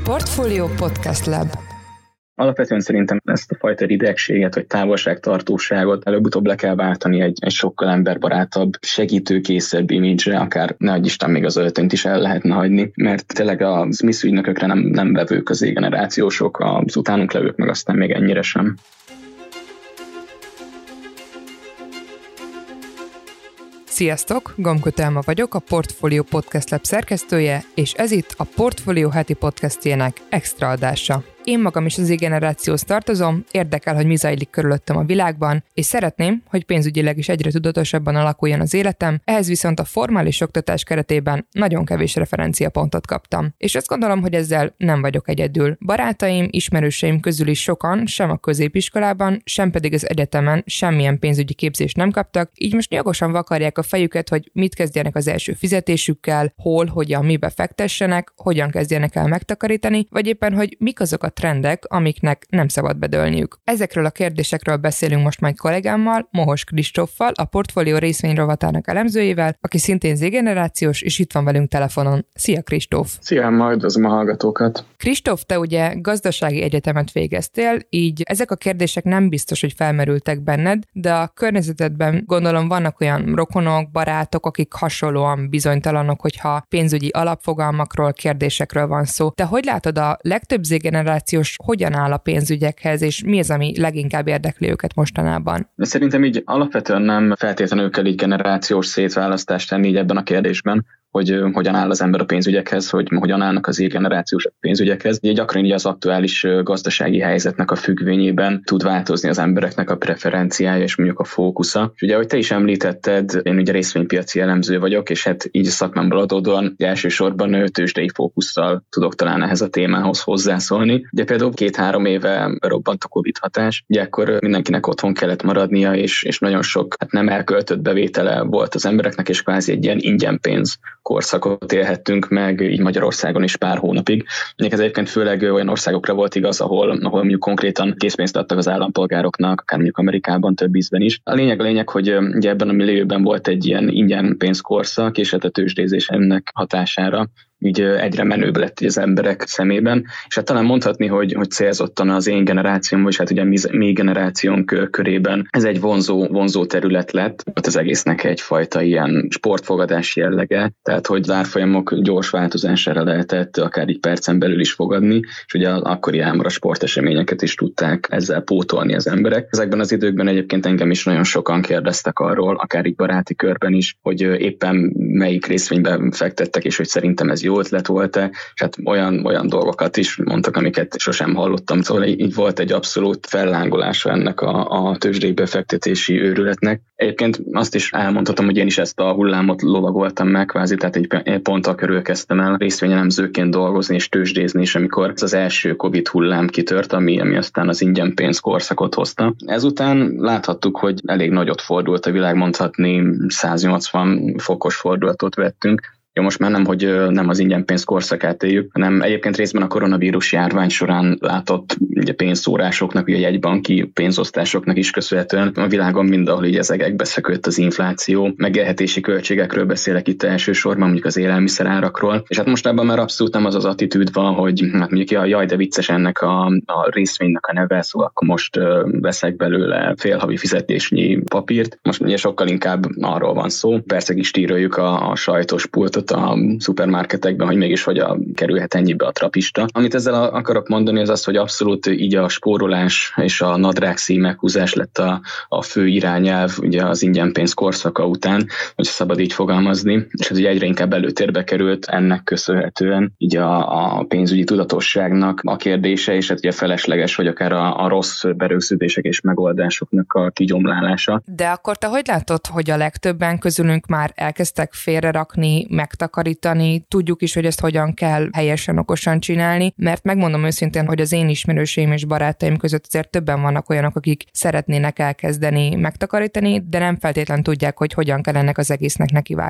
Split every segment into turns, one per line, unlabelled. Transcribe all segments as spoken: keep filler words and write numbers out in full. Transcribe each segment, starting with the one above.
Portfolio Podcast Lab.
Alapvetően szerintem ezt a fajta ridegséget, vagy távolságtartóságot előbb-utóbb le kell váltani egy, egy sokkal emberbarátabb, segítőkészebb imidzsre, akár ne adj Isten, még az öltönyt is el lehetne hagyni, mert tényleg a Smith ügynökökre nem, nem vevők az Z-generációsok, az utánunk levők meg aztán még ennyire sem.
Sziasztok! Gomkut Elma vagyok, a Portfolio Podcast Lab szerkesztője, és ez itt a Portfolio heti podcastjének extra adása. Én magam is az Z-generációhoz tartozom, érdekel, hogy mi zajlik körülöttem a világban, és szeretném, hogy pénzügyileg is egyre tudatosabban alakuljon az életem, ehhez viszont a formális oktatás keretében nagyon kevés referenciapontot kaptam. És azt gondolom, hogy ezzel nem vagyok egyedül. Barátaim, ismerőseim közül is sokan sem a középiskolában, sem pedig az egyetemen semmilyen pénzügyi képzést nem kaptak, így most jogosan vakarják a fejüket, hogy mit kezdjenek az első fizetésükkel, hol, hogyan, mibe fektessenek, hogyan kezdjenek el megtakarítani, vagy éppen, hogy mik azok a trendek, amiknek nem szabad bedőlniük. Ezekről a kérdésekről beszélünk most majd kollégámmal, Mohos Kristóffal, a Portfolio részvényrovatának elemzőjével, aki szintén Z-generációs, és itt van velünk telefonon. Szia Kristóf!
Szia, majd az a hallgatókat!
Kristóf, te ugye gazdasági egyetemet végeztél, így ezek a kérdések nem biztos, hogy felmerültek benned, de a környezetedben gondolom vannak olyan rokonok, barátok, akik hasonlóan bizonytalanok, hogyha pénzügyi alapfogalmakról, kérdésekről van szó. Te hogy látod, a legtöbb Z-generációs hogyan áll a pénzügyekhez, és mi az, ami leginkább érdekli őket mostanában?
Szerintem így alapvetően nem feltétlenül kell így generációs szétválasztást tenni így ebben a kérdésben, hogy hogyan áll az ember a pénzügyekhez, hogy hogyan állnak az Z-generációs pénzügyekhez. Ugye gyakran így az aktuális gazdasági helyzetnek a függvényében tud változni az embereknek a preferenciája és mondjuk a fókusza. És ugye, ahogy te is említetted, én ugye részvénypiaci elemző vagyok, és hát így a szakmámból adódóan elsősorban tőzsdei fókusszal tudok talán ehhez a témához hozzászólni. Ugye például két-három éve robbant a Covid hatás, ugye akkor mindenkinek otthon kellett maradnia, és, és nagyon sok hát nem elköltött bevétele volt az embereknek, és kvázi egy ilyen ingyen pénz korszakot élhettünk meg, így Magyarországon is pár hónapig. Ez egyébként főleg olyan országokra volt igaz, ahol, ahol mondjuk konkrétan készpénzt adtak az állampolgároknak, akár mondjuk Amerikában több ízben is. A lényeg a lényeg, hogy ugye ebben a millióben volt egy ilyen ingyen pénzkorszak, és hát a tőzsdézés ennek hatására így egyre menőbb lett az emberek szemében, és hát talán mondhatni, hogy, hogy célzottan az én generációm, vagy hát ugye mi, mi generációnk körében ez egy vonzó, vonzó terület lett, ott az egésznek egyfajta ilyen sportfogadás jellege, tehát hogy az árfolyamok gyors változására lehetett akár így percen belül is fogadni, és ugye akkori ámra sporteseményeket is tudták ezzel pótolni az emberek. Ezekben az időkben egyébként engem is nagyon sokan kérdeztek arról, akár így baráti körben is, hogy éppen melyik részvényben fektettek, és hogy szerintem ez jó ötlet volt-e, és hát olyan, olyan dolgokat is mondtak, amiket sosem hallottam. Szóval így volt egy abszolút fellángolása ennek a, a tőzsdei befektetési őrületnek. Egyébként azt is elmondhatom, hogy én is ezt a hullámot lovagoltam meg, kvázi, tehát egy pont a körül kezdtem el részvényelemzőként dolgozni és tőzsdézni, és amikor az első Covid hullám kitört, ami, ami aztán az ingyen pénz korszakot hozta. Ezután láthattuk, hogy elég nagyot fordult a világ, mondhatni száznyolcvan fokos fordulatot vettünk. Jó, most már nem, hogy nem az ingyen pénz korszakát éljük, hanem egyébként részben a koronavírus járvány során látott ugye, pénzszórásoknak, ugye jegybanki pénzosztásoknak is köszönhetően a világon mindahol így ezekbe szökött az infláció. Megélhetési költségekről beszélek itt elsősorban, mondjuk az élelmiszerárakról. És hát most ebben már abszolút nem az az attitűd van, hogy hát mondjuk jaj, de vicces ennek a, a részvénynek a neve, szóval akkor most uh, veszek belőle félhavi fizetésnyi papírt. Most ugye sokkal inkább arról van szó. Persze is tíröljük a, a sajtos pultot a szupermarketekben, hogy mégis hogy a, kerülhet ennyibe a trapista. Amit ezzel a, akarok mondani, az az, hogy abszolút így a spórolás és a nadrágszíj meghúzás lett a, a fő irányelv ugye az ingyen pénz korszaka után, hogy szabad így fogalmazni, és ez ugye egyre inkább előtérbe került ennek köszönhetően így a, a pénzügyi tudatosságnak a kérdése, és hát ugye felesleges, hogy akár a, a rossz berögzítések és megoldásoknak a kigyomlálása.
De akkor te hogy látod, hogy a legtöbben közülünk már elkezdtek félrerakni, megtakarítani, tudjuk is, hogy ezt hogyan kell helyesen, okosan csinálni, mert megmondom őszintén, hogy az én ismerőseim és barátaim között azért többen vannak olyanok, akik szeretnének elkezdeni megtakarítani, de nem feltétlenül tudják, hogy hogyan kell ennek az egésznek nekivágni.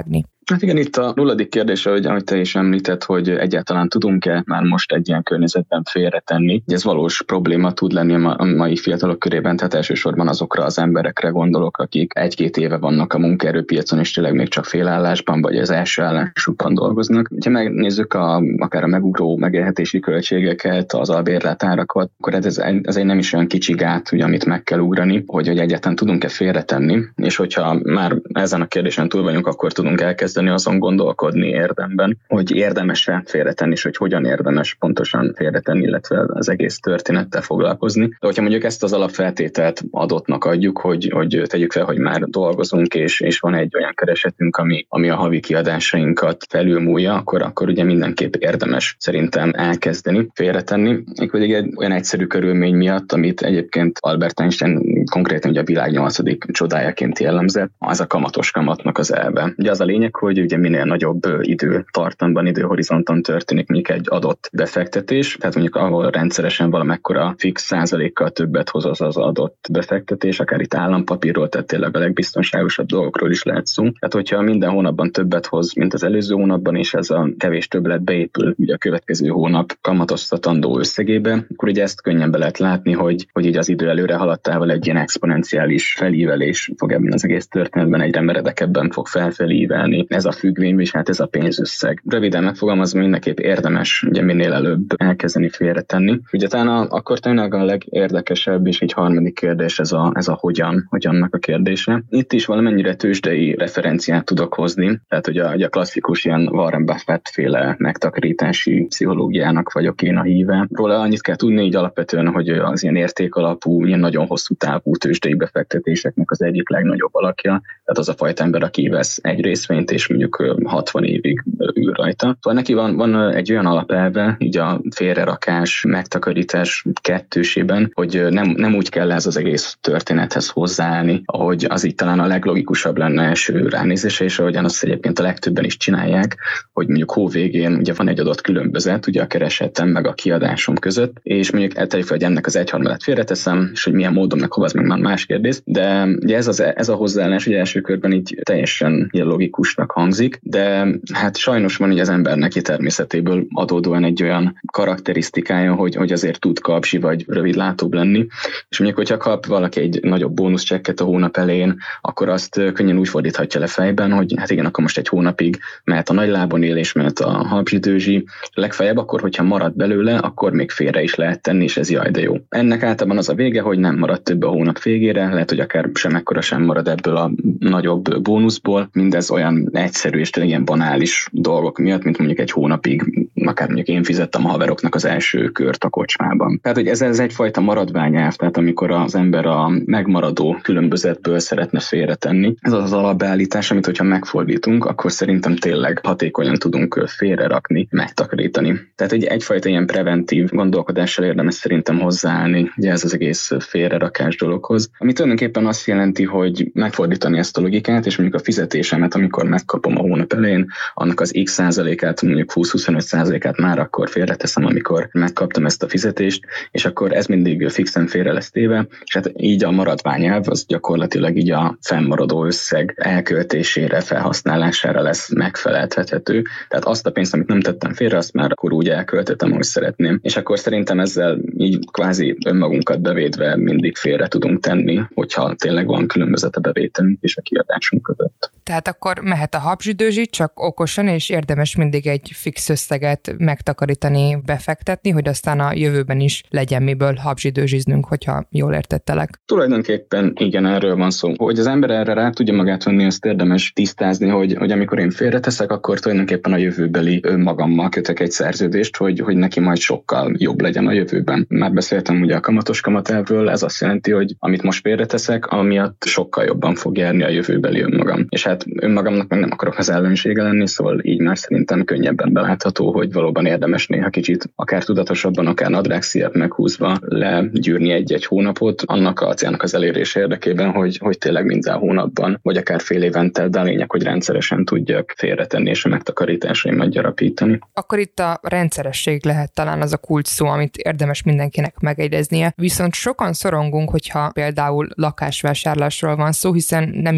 Hát igen, itt a nulladik kérdés, hogy, ahogy te is említett, hogy egyáltalán tudunk-e már most egy ilyen környezetben félretenni. Ez valós probléma tud lenni a mai fiatalok körében, tehát elsősorban azokra az emberekre gondolok, akik egy-két éve vannak a munkaerőpiacon, és tényleg még csak félállásban, vagy az első állásukban dolgoznak. Ha megnézzük a, akár a megugró megélhetési költségeket, az albérletárakat, akkor ez, ez egy nem is olyan kicsi gát, ugye, amit meg kell ugrani, hogy, hogy egyáltalán tudunk-e félretenni, és hogyha már ezen a kérdésen túl vagyunk, akkor tudunk elkezdeni azon gondolkodni érdemben, hogy érdemes-e félretenni, és hogy hogyan érdemes pontosan félretenni, illetve az egész történettel foglalkozni. De hogyha mondjuk ezt az alapfeltételt adottnak adjuk, hogy, hogy tegyük fel, hogy már dolgozunk, és, és van egy olyan keresetünk, ami, ami a havi kiadásainkat felülmúlja, akkor, akkor ugye mindenképp érdemes szerintem elkezdeni félretenni. Mégpedig egy olyan egyszerű körülmény miatt, amit egyébként Albert Einstein konkrétan ugye a világ nyolcadik csodájaként jellemzett, az a kamatos kamatnak az elve. Ugye az a lényeg, hogy ugye minél nagyobb időtartamban, időhorizonton történik mondjuk egy adott befektetés, tehát mondjuk ahol rendszeresen valamekkora fix százalékkal többet hoz az az adott befektetés, akár itt állampapírról, tehát tényleg a legbiztonságosabb dolgokról is lehet szó. Tehát hogyha minden hónapban többet hoz, mint az előző hónapban, és ez a kevés többlet beépül ugye a következő hónap kamatoztatandó összegébe, akkor ugye ezt könnyen be lehet látni, hogy, hogy így az idő előre haladtával egy ilyen exponenciális felívelés fog ebben az egész történetben egyre meredekebben fog felfelívelni. Ez a függvény, és hát ez a pénzösszeg. Röviden megfogalmazva mindenképp érdemes ugye minél előbb elkezdeni félretenni. Ugye talán a, akkor tényleg a legérdekesebb és egy harmadik kérdés ez a, ez a hogyan, hogyannak a kérdése. Itt is valamennyire tőzsdei referenciát tudok hozni, tehát ugye a, ugye a klasszikus ilyen Warren Buffett féle megtakarítási pszichológiának vagyok én a híve. Róla annyit kell tudni így alapvetően, hogy az ilyen értékalapú, ilyen nagyon hosszú távú tőzsdei befektetéseknek az egyik legnagyobb alakja, tehát az a fajta ember, aki vesz egy részvényt, és mondjuk hatvan évig ül rajta. Szóval neki van, van egy olyan alapelve, így a félrerakás, megtakarítás kettősében, hogy nem, nem úgy kell ez az egész történethez hozzáállni, ahogy az így talán a leglogikusabb lenne első ránézésre, és ahogyan azt egyébként a legtöbben is csinálják, hogy mondjuk hó végén ugye van egy adott különbözet, ugye a keresetem meg a kiadásom között, és mondjuk elteljük, hogy ennek az egyharmadát félreteszem, és hogy milyen módon meg hova, az meg már más kérdés, de ugye ez, az, ez a hozzáállás ugye első körben így teljesen logikusnak hangzik, de hát sajnos van így az embernek természetéből adódóan egy olyan karakterisztikája, hogy, hogy azért tud kapsi vagy rövidlátóbb lenni, és mondjuk, hogyha kap valaki egy nagyobb bónuszcsekket a hónap elején, akkor azt könnyen úgy fordíthatja le fejben, hogy hát igen, akkor most egy hónapig mehet a nagy lábon él, és mehet a habzsidőzsi, legfeljebb akkor, hogyha marad belőle, akkor még félre is lehet tenni, és ez jaj, de jó. Ennek általában az a vége, hogy nem marad több a hónap végére, lehet, hogy akár sem ekkora sem marad ebből a nagyobb bónuszból, mindez olyan egyszerű és ilyen banális dolgok miatt, mint mondjuk egy hónapig, akár mondjuk én fizettem a haveroknak az első kört a kocsmában. Tehát, hogy ez, ez egyfajta maradványelv, tehát amikor az ember a megmaradó különbözetből szeretne félretenni, ez az az alapbeállítás, amit hogyha megfordítunk, akkor szerintem tényleg hatékonyan tudunk félrerakni, megtakarítani. Tehát egy, egyfajta ilyen preventív gondolkodással érdemes szerintem hozzáállni ugye ez az egész félrerakás dologhoz, ami tulajdonképpen azt jelenti, hogy megfordítani ezt a logikát, és mondjuk a fizetésemet, amikor megkapom a hónap elején, annak az x százalékát, mondjuk húsz-huszonöt százalékát már akkor félreteszem, amikor megkaptam ezt a fizetést, és akkor ez mindig fixen félre lesz téve, és hát így a maradványelv az gyakorlatilag így a fennmaradó összeg elköltésére, felhasználására lesz megfeleltethető. Tehát azt a pénzt, amit nem tettem félre, azt már akkor úgy elköltöttem, ahogy szeretném. És akkor szerintem ezzel így kvázi önmagunkat bevédve mindig félre tudunk tenni, hogyha tényleg van különbözet a bevételünk és a kiadásunk között.
Tehát akkor mehet a habzsidőzsi, csak okosan, és érdemes mindig egy fix összeget megtakarítani, befektetni, hogy aztán a jövőben is legyen miből habzsidőzsiznünk, hogyha jól értettelek.
Tulajdonképpen igen, erről van szó. Hogy az ember erre rá tudja magát venni, azt érdemes tisztázni, hogy, hogy amikor én félreteszek, akkor tulajdonképpen a jövőbeli önmagammal kötek egy szerződést, hogy, hogy neki majd sokkal jobb legyen a jövőben. Már beszéltem ugye a kamatos kamatelvről, ez azt jelenti, hogy amit most félreteszek, amiatt sokkal jobban fog járni a jövőbeli önmagam. És hát önmagamnak meg nem akarok az ellensége lenni, szóval így már szerintem könnyebben belátható, hogy valóban érdemes néha kicsit akár tudatosabban, akár nadrágszíjat meghúzva legyűrni egy-egy hónapot, annak a célnak az elérés érdekében, hogy, hogy tényleg minden hónapban, vagy akár fél évente, de a lényeg, hogy rendszeresen tudjak félretenni és a megtakarításaimat gyarapítani.
Akkor itt a rendszeresség lehet talán az a kulcs szó, amit érdemes mindenkinek megegyeznie. Viszont sokan szorongunk, hogyha például lakásvásárlásról van szó, hiszen nem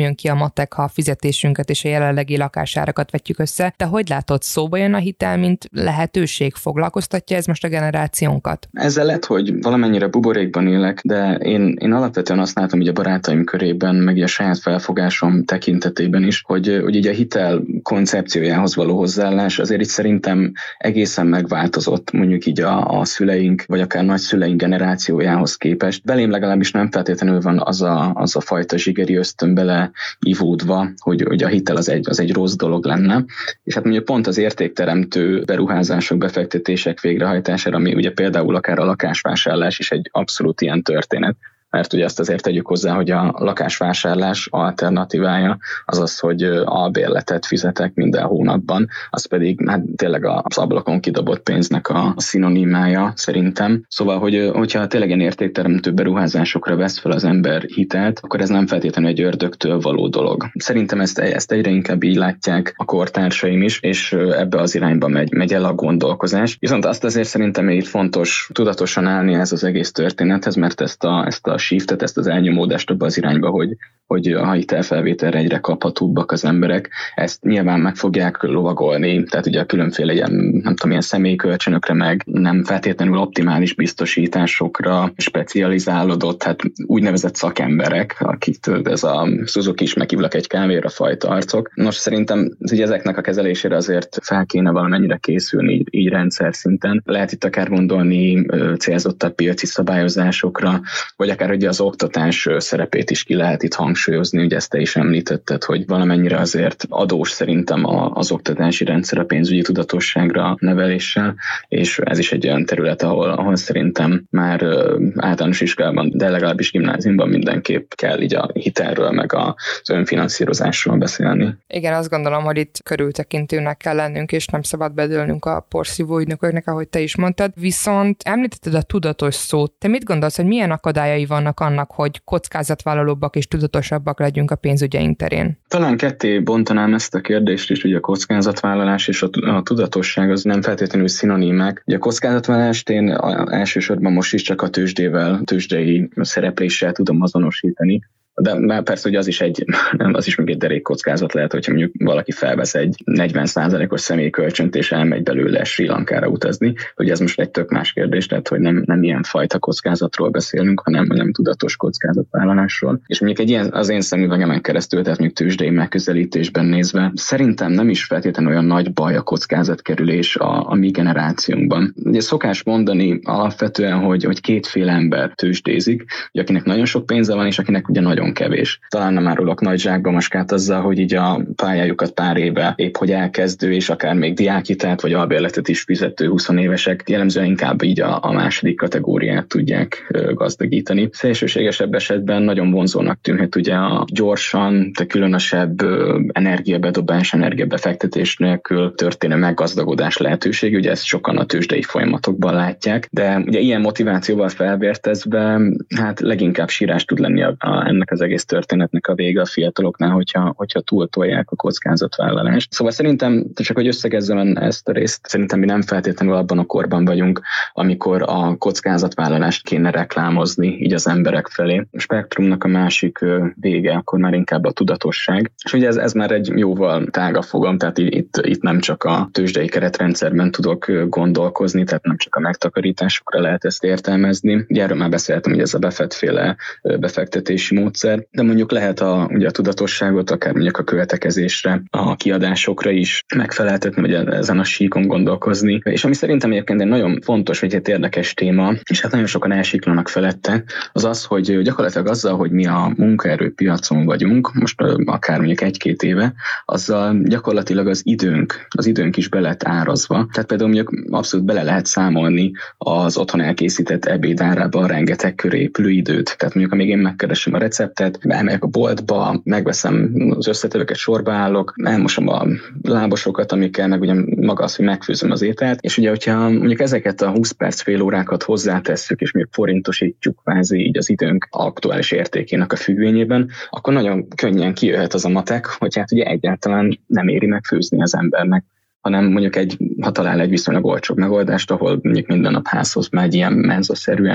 jön ki a matek, ha a fizetésünket és a jelenlegi lakásárakat vetjük össze. De hogy látod, szóba jön a hitel, mint lehetőség? Foglalkoztatja ez most a generációnkat?
Ezzel lett, hogy valamennyire buborékban élek, de én, én alapvetően azt látom, hogy a barátaim körében, meg a saját felfogásom tekintetében is, hogy, hogy így a hitel koncepciójához való hozzáállás azért itt szerintem egészen megváltozott, mondjuk így a, a szüleink, vagy akár nagyszüleink generációjához képest. Belém legalábbis nem feltétlenül van az a, az a fajta zsigeri ösztön bele ivódva, hogy, hogy a hitel az egy, az egy rossz dolog lenne. És hát mondjuk pont az értékteremtő beruházások, befektetések végrehajtására, ami ugye például akár a lakásvásárlás is egy abszolút ilyen történet. Mert ugye azt azért tegyük hozzá, hogy a lakásvásárlás alternatívája az az, hogy albérletet fizetek minden hónapban, az pedig hát tényleg az ablakon kidobott pénznek a szinonimája szerintem. Szóval, hogy, hogyha tényleg ilyen értékteremtő beruházásokra vesz fel az ember hitelt, akkor ez nem feltétlenül egy ördögtől való dolog. Szerintem ezt, ezt egyre inkább így látják a kortársaim is, és ebbe az irányba megy, megy el a gondolkozás. Viszont azt azért szerintem itt fontos tudatosan állni ez az egész történethez, mert ezt a, ezt a shiftet, ezt az elnyomódást abba az irányba, hogy, hogy a hitelfelvételre egyre kaphatóbbak az emberek, ezt nyilván meg fogják lovagolni, tehát ugye a különféle ilyen, nem tudom, ilyen személykölcsönökre, meg nem feltétlenül optimális biztosításokra specializálódott, hát úgynevezett szakemberek, akit ez a Suzuki is meghívlak egy kávéra fajta arcok. Nos, szerintem ugye ezeknek a kezelésére azért fel kéne valamennyire készülni így, így rendszer szinten. Lehet itt akár gondolni célzottabb piaci szabályozásokra, vagy akár ugye az oktatás szerepét is ki lehet itt hangsúlyozni, ugye ezt te is említetted, hogy valamennyire azért adós szerintem az oktatási rendszer a pénzügyi tudatosságra neveléssel, és ez is egy olyan terület, ahol, ahol szerintem már általános iskolában, de legalábbis gimnáziumban mindenképp kell így a hitelről, meg az önfinanszírozásról beszélni.
Igen, azt gondolom, hogy itt körültekintőnek kell lennünk, és nem szabad bedőlnünk a porszívó ügynököknek, ahogy te is mondtad. Viszont említetted a tudatos szót. Te mit gondolsz, hogy milyen akadályai vannak annak, hogy kockázatvállalóbbak és tudatosabbak legyünk a pénzügyeink terén?
Talán ketté bontanám ezt a kérdést is, ugye a kockázatvállalás és a, a tudatosság az nem feltétlenül szinonímák. Ugye a kockázatvállalást én elsősorban most is csak a tőzsdével, tőzsdei szerepléssel tudom azonosítani. De persze, hogy az is egy, az is még egy derék kockázat lehet, hogyha mondjuk valaki felvesz egy negyven százalékos személykölcsönt és elmegy belőle Sri Lankára utazni, hogy ez most egy tök más kérdés, tehát hogy nem, nem ilyen fajta kockázatról beszélünk, hanem nem tudatos kockázatvállalásról. És mondjuk egy ilyen az én szemüvegemen keresztül, tehát mondjuk tőzsdei megközelítésben nézve, szerintem nem is feltétlenül olyan nagy baj a kockázatkerülés a, a mi generációnkban. Ugye szokás mondani alapvetően, hogy, hogy kétféle ember tőzsdézik, hogy akinek nagyon sok pénze van, és akinek ugye nagyon kevés. Talán nem árulok nagy zsákba maskát azzal, hogy így a pályájukat pár éve épp hogy elkezdő, és akár még diákhitelt vagy albérletet is fizető húsz évesek jellemzően inkább így a, a második kategóriát tudják gazdagítani. Szélsőségesebb esetben nagyon vonzónak tűnhet ugye a gyorsan, de különösebb energiabedobás, energiabefektetés nélkül történő meggazdagodás lehetőség, ugye ezt sokan a tőzsdei folyamatokban látják, de ugye ilyen motivációval felvértezve, hát leginkább sírás tud lenni a, a ennek az egész történetnek a vége a fiataloknál, hogyha, hogyha túltolják a kockázatvállalást. Szóval szerintem, csak hogy összegezzem ezt a részt, szerintem mi nem feltétlenül abban a korban vagyunk, amikor a kockázatvállalást kéne reklámozni így az emberek felé. A spektrumnak a másik vége akkor már inkább a tudatosság. És ugye ez, ez már egy jóval tágabb fogam, tehát itt, itt nem csak a tőzsdei keretrendszerben tudok gondolkozni, tehát nem csak a megtakarításokra lehet ezt értelmezni. Ugye erről már beszéltem, hogy ez a Buffett-féle befektetési módszer, de mondjuk lehet a, ugye a tudatosságot, akár mondjuk a költekezésre, a kiadásokra is megfeleltetni, vagy ezen a síkon gondolkozni. És ami szerintem egyébként egy nagyon fontos, vagy egy érdekes téma, és hát nagyon sokan elsiklanak felette, az az, hogy gyakorlatilag azzal, hogy mi a munkaerőpiacon vagyunk, most akár mondjuk egy-két éve, azzal gyakorlatilag az időnk, az időnk is be lett árazva. Tehát például mondjuk abszolút bele lehet számolni az otthon elkészített ebédárába rengeteg köré épülő időt. Tehát mondjuk amíg én megkeresem a receptet, elmegyek a boltba, megveszem az összetevőket, sorba állok, elmosom a lábosokat, amikkel meg ugye maga az, hogy megfőzöm az ételt, és ugye, hogyha mondjuk ezeket a húsz perc, fél órákat hozzátesszük, és még forintosítjuk kvázi így az időnk aktuális értékének a függvényében, akkor nagyon könnyen kijöhet az a matek, hogy hát ugye egyáltalán nem éri meg főzni az embernek, hanem mondjuk egy, ha talál egy viszonylag olcsóbb megoldást, ahol mondjuk minden nap házhoz megy ilyen menzaszerűen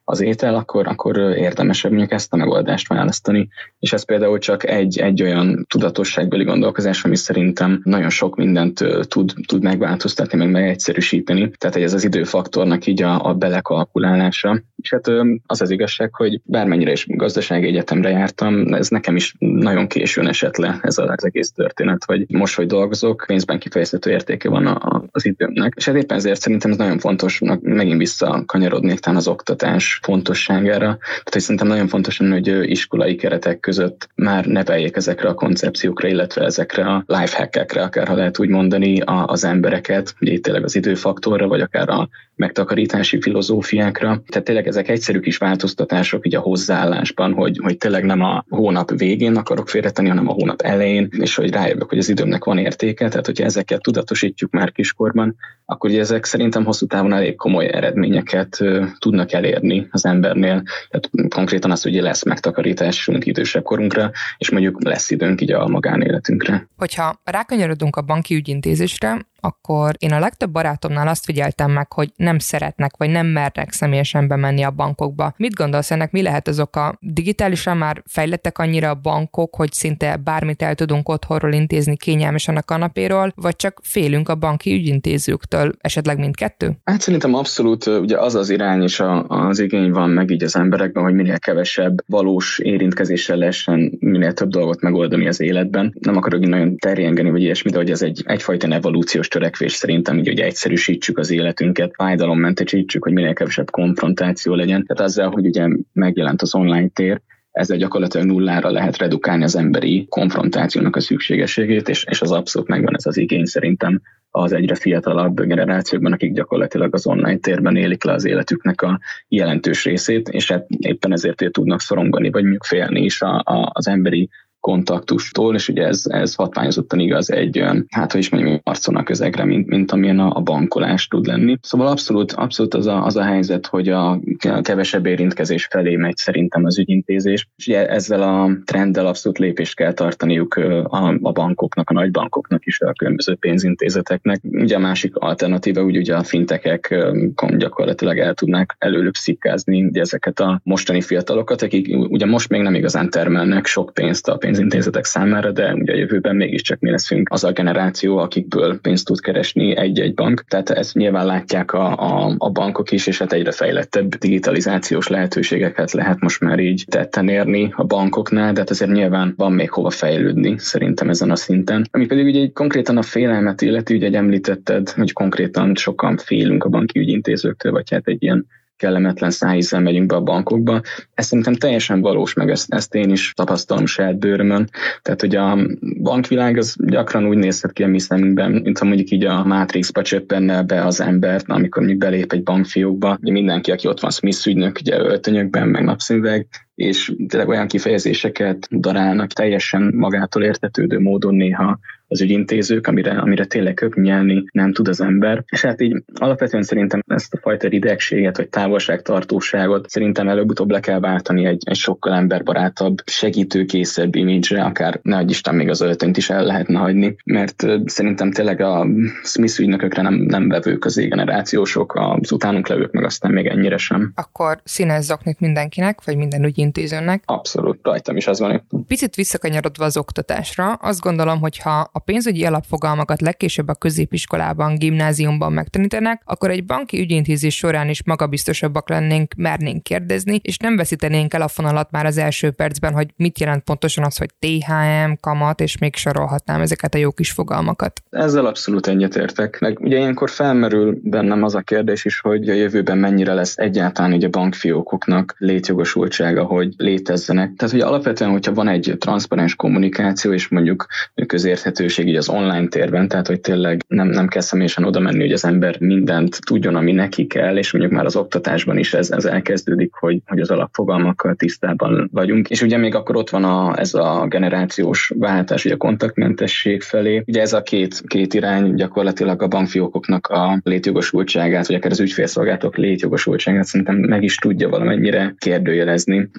az étel, akkor, akkor érdemesebb mondjuk ezt a megoldást választani. És ez például csak egy, egy olyan tudatosságbeli gondolkozás, ami szerintem nagyon sok mindent tud, tud megváltoztatni, meg megegyszerűsíteni. Tehát ez az időfaktornak így a, a belekalkulálása. És hát az az igazság, hogy bármennyire is gazdasági egyetemre jártam, ez nekem is nagyon későn esett le ez az egész történet, hogy most, hogy dolgozok, pénzben kifejezhető értéke van a, az időmnek. És hát éppen ezért szerintem ez nagyon fontos, megint visszakanyarodnék talán az oktatás fontosságára. Tehát hogy szerintem nagyon fontos, hogy iskolai keretek között már neveljék ezekre a koncepciókra, illetve ezekre a lifehackekre, akár ha lehet úgy mondani, a, az embereket, ugye itt tényleg az időfaktorra, vagy akár a megtakarítási filozófiákra. Tehát tényleg ezek egyszerű kis változtatások így a hozzáállásban, hogy, hogy tényleg nem a hónap végén akarok félretenni, hanem a hónap elején, és hogy rájövök, hogy az időmnek van értéke. Tehát, hogyha ezeket tudatosítjuk már kiskorban, akkor ugye ezek szerintem hosszú távon elég komoly eredményeket uh, tudnak elérni az embernél. Tehát konkrétan az, hogy lesz megtakarításunk idősebb korunkra, és mondjuk lesz időnk így a magánéletünkre.
Hogyha rákanyarodunk a banki ügyintézésre, akkor én a legtöbb barátomnál azt figyeltem meg, hogy nem szeretnek, vagy nem mernek személyesen bemenni a bankokba. Mit gondolsz ennek, mi lehet az oka? Digitálisan már fejlettek annyira a bankok, hogy szinte bármit el tudunk otthonról intézni kényelmesen a kanapéról, vagy csak félünk a banki ügyintézőktől, esetleg mindkettő?
Hát szerintem abszolút ugye az az irány és a, az igény van meg így az emberekben, hogy minél kevesebb valós érintkezéssel lehessen minél több dolgot megoldani az életben. Nem akarok nagyon terjengeni, vagy ilyesmi, de hogy ez egy, egyfajta evolúciós törekvés szerintem, így, hogy egyszerűsítsük az életünket, fájdalommentesítsük, hogy minél kevesebb konfrontáció legyen. Tehát azzal, hogy ugye megjelent az online tér, ezzel gyakorlatilag nullára lehet redukálni az emberi konfrontációnak a szükségességét, és, és az abszolút megvan ez az igény szerintem az egyre fiatalabb generációkban, akik gyakorlatilag az online térben élik le az életüknek a jelentős részét, és hát éppen ezért tudnak szorongani, vagy mondjuk félni is a, a, az emberi kontaktustól, és ugye ez, ez hatványozottan igaz egy olyan, hát hogy is mondjam, arcon a közegre, mint, mint amilyen a, a bankolás tud lenni. Szóval abszolút, abszolút az, a, az a helyzet, hogy a kevesebb érintkezés felé megy szerintem az ügyintézés, és ugye ezzel a trenddel abszolút lépést kell tartaniuk a, a bankoknak, a nagybankoknak is, a különböző pénzintézeteknek. Ugye a másik alternatíva, úgy ugye a fintekek gyakorlatilag el tudnák előlük szikkázni ugye ezeket a mostani fiatalokat, akik ugye most még nem igazán termelnek sok pénzt a pénzintézetek számára, de ugye a jövőben mégiscsak mi leszünk az a generáció, akikből pénzt tud keresni egy-egy bank. Tehát ezt nyilván látják a, a, a bankok is, és hát egyre fejlettebb digitalizációs lehetőségeket lehet most már így tetten érni a bankoknál, de hát azért nyilván van még hova fejlődni szerintem ezen a szinten. Ami pedig ugye konkrétan a félelmet illeti, ugye említetted, hogy konkrétan sokan félünk a banki ügyintézőktől, vagy hát egy ilyen kellemetlen szájízzel megyünk be a bankokba. Ez szerintem teljesen valós, meg ezt, ezt én is tapasztalom saját bőrömön. Tehát, hogy a bankvilág az gyakran úgy nézhet ki a mi szemünkben, mint ha mondjuk így a Matrixba csöppenne be az embert, amikor mi belép egy bankfiókba. Mindenki, aki ott van Smith ügynök, ugye öltönyökben, meg napszemüveg, és tényleg olyan kifejezéseket darálnak teljesen magától értetődő módon néha az ügyintézők, amire, amire tényleg köknyelni nem tud az ember. És hát így alapvetően szerintem ezt a fajta ridegséget, vagy távolságtartóságot szerintem előbb-utóbb le kell váltani egy, egy sokkal emberbarátabb, segítőkészebb imidzsre, akár ne adj Isten, még az öltönyt is el lehetne hagyni, mert szerintem tényleg a Smith ügynökökre nem, nem vevők az generációsok, az utánunk levők meg aztán még ennyire sem.
Akkor színes zoknit mindenkinek, vagy minden ügyintézőnek.
Abszolút, rajtam is az van.
Picit visszakanyarodva az oktatásra, azt gondolom, hogy ha a pénzügyi alapfogalmakat legkésőbb a középiskolában, gimnáziumban megtanítanak, akkor egy banki ügyintézés során is magabiztosabbak lennénk, mernénk kérdezni, és nem veszítenénk el a fonalat már az első percben, hogy mit jelent pontosan az, hogy té há em, kamat, és még sorolhatnám ezeket a jó kis fogalmakat.
Ezzel abszolút egyetértek. Meg ugye ilyenkor felmerül bennem az a kérdés is, hogy a jövőben mennyire lesz egyáltalán ugye a bankfiókoknak létjogosultsága, hogy létezzenek. Tehát ugye alapvetően, hogyha van egy transzparens kommunikáció, és mondjuk közérthetőség így az online térben, tehát hogy tényleg nem, nem kell személyesen oda menni, hogy az ember mindent tudjon, ami neki kell, és mondjuk már az oktatásban is ez, ez elkezdődik, hogy, hogy az alapfogalmakkal tisztában vagyunk. És ugye még akkor ott van a, ez a generációs váltás, ugye a kontaktmentesség felé. Ugye ez a két, két irány gyakorlatilag a bankfiókoknak a létjogosultságát, vagy akár az ügyfélszolgálatok létjogosultságát szerintem meg is tudja valamennyire kérdőjelezni. Hát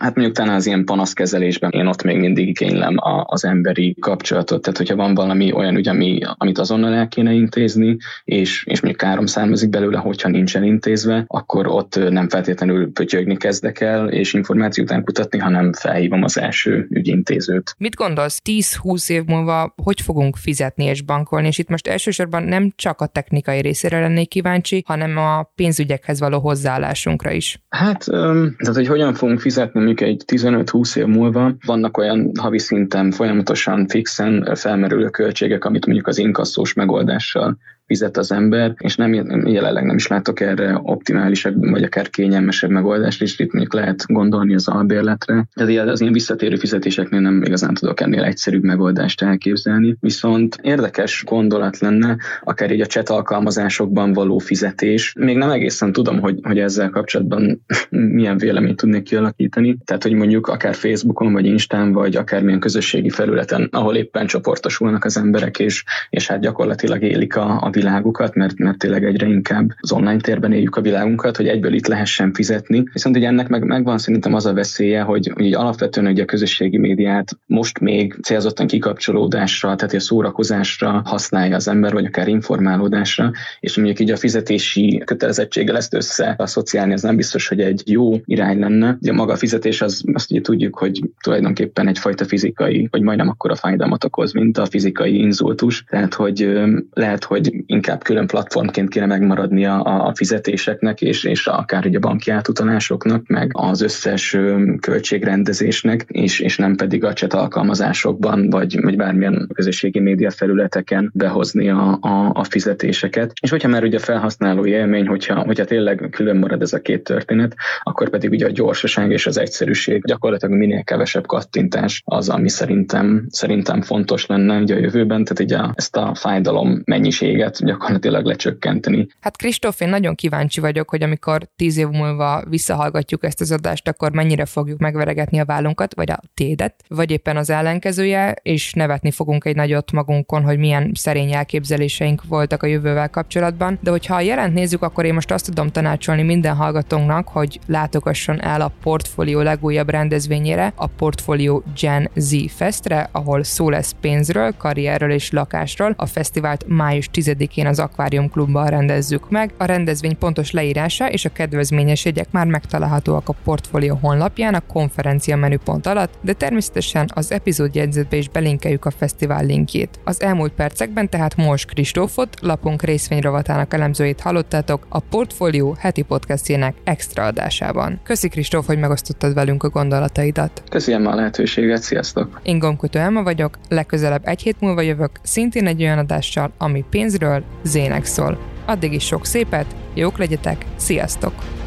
Hát mondjuk talán az ilyen panaszkezelésben én ott még mindig igénylem a, az emberi kapcsolatot, tehát hogyha van valami olyan ügy, ami, amit azonnal el kéne intézni, és, és mondjuk károm származik belőle, hogyha nincsen intézve, akkor ott nem feltétlenül pötyögni kezdek el, és információ után kutatni, hanem felhívom az első ügyintézőt.
Mit gondolsz, tíz-húsz év múlva hogy fogunk fizetni és bankolni, és itt most elsősorban nem csak a technikai részére lennék kíváncsi, hanem a pénzügyekhez való hozzáállásunkra is?
Hát, tehát hogy hogyan fogunk fizetni mondjuk egy tizenöt-húsz év múlva, vannak olyan havi szinten folyamatosan fixen felmerülő költségek, amit mondjuk az inkasszós megoldással fizet az ember, és nem, jelenleg nem is látok erre optimálisabb, vagy akár kényelmesebb megoldást, és itt mondjuk lehet gondolni az albérletre. Tehát az ilyen visszatérő fizetéseknél nem igazán tudok ennél egyszerűbb megoldást elképzelni. Viszont érdekes gondolat lenne, akár így a chat alkalmazásokban való fizetés. Még nem egészen tudom, hogy, hogy ezzel kapcsolatban milyen véleményt tudnék kialakítani. Tehát, hogy mondjuk akár Facebookon, vagy Instán, vagy akármilyen közösségi felületen, ahol éppen csoportosulnak az emberek, és, és hát gyakorlatilag élik a, a világukat, mert, mert tényleg egyre inkább az online térben éljük a világunkat, hogy egyből itt lehessen fizetni. Viszont ugye ennek meg, megvan szerintem az a veszélye, hogy, hogy alapvetően ugye a közösségi médiát most még célzottan kikapcsolódásra, tehát a szórakozásra használja az ember, vagy akár informálódásra, és mondjuk így a fizetési kötelezettséggel ezt összeasszociálni, ez nem biztos, hogy egy jó irány lenne. Ugye maga a fizetés, az, azt ugye tudjuk, hogy tulajdonképpen egyfajta fizikai, vagy majdnem akkora fájdalmat okoz, mint a fizikai inzultus. Tehát, hogy lehet, hogy inkább külön platformként kéne megmaradnia a fizetéseknek, és, és akár ugye a banki átutalásoknak, meg az összes költségrendezésnek, és, és nem pedig a chat alkalmazásokban, vagy, vagy bármilyen közösségi média felületeken behozni a, a, a fizetéseket. És hogyha már ugye a felhasználói élmény, hogyha, hogyha tényleg külön marad ez a két történet, akkor pedig ugye a gyorsaság és az egyszerűség, gyakorlatilag minél kevesebb kattintás az, ami szerintem, szerintem fontos lenne ugye a jövőben, tehát ugye a, ezt a fájdalom mennyiséget gyakorlatilag lecsökkenteni.
Hát Kristóf, én nagyon kíváncsi vagyok, hogy amikor tíz év múlva visszahallgatjuk ezt az adást, akkor mennyire fogjuk megveregetni a vállunkat, vagy a tédet, vagy éppen az ellenkezője, és nevetni fogunk egy nagyot magunkon, hogy milyen szerény elképzeléseink voltak a jövővel kapcsolatban. De hogyha a jelent nézzük, akkor én most azt tudom tanácsolni minden hallgatónknak, hogy látogasson el a Portfolio legújabb rendezvényére, a Portfolio Gen Z Festre, ahol szó lesz pénzről, karrierről és lakásról. A fesztivált május tizedikén az Aquarium Klubban rendezzük meg. A rendezvény pontos leírása és a kedvezményes jegyek már megtalálhatóak a Portfolio honlapján a konferencia menüpont alatt, de természetesen az epizódjegyzetbe is belinkeljük a fesztivál linkjét. Az elmúlt percekben tehát Mors Kristófot, lapunk részvényrovatának elemzőjét hallottátok a Portfolio heti podcastjének extra adásában. Köszi Kristóf, hogy megosztottad velünk a gondolataidat.
Köszönöm a lehetőséget, sziasztok!
Én Gomkötő Elma vagyok, legközelebb egy hét múlva jövök, szintén egy olyan adással, ami pénzről, zének szól. Addig is sok szépet, jók legyetek, sziasztok!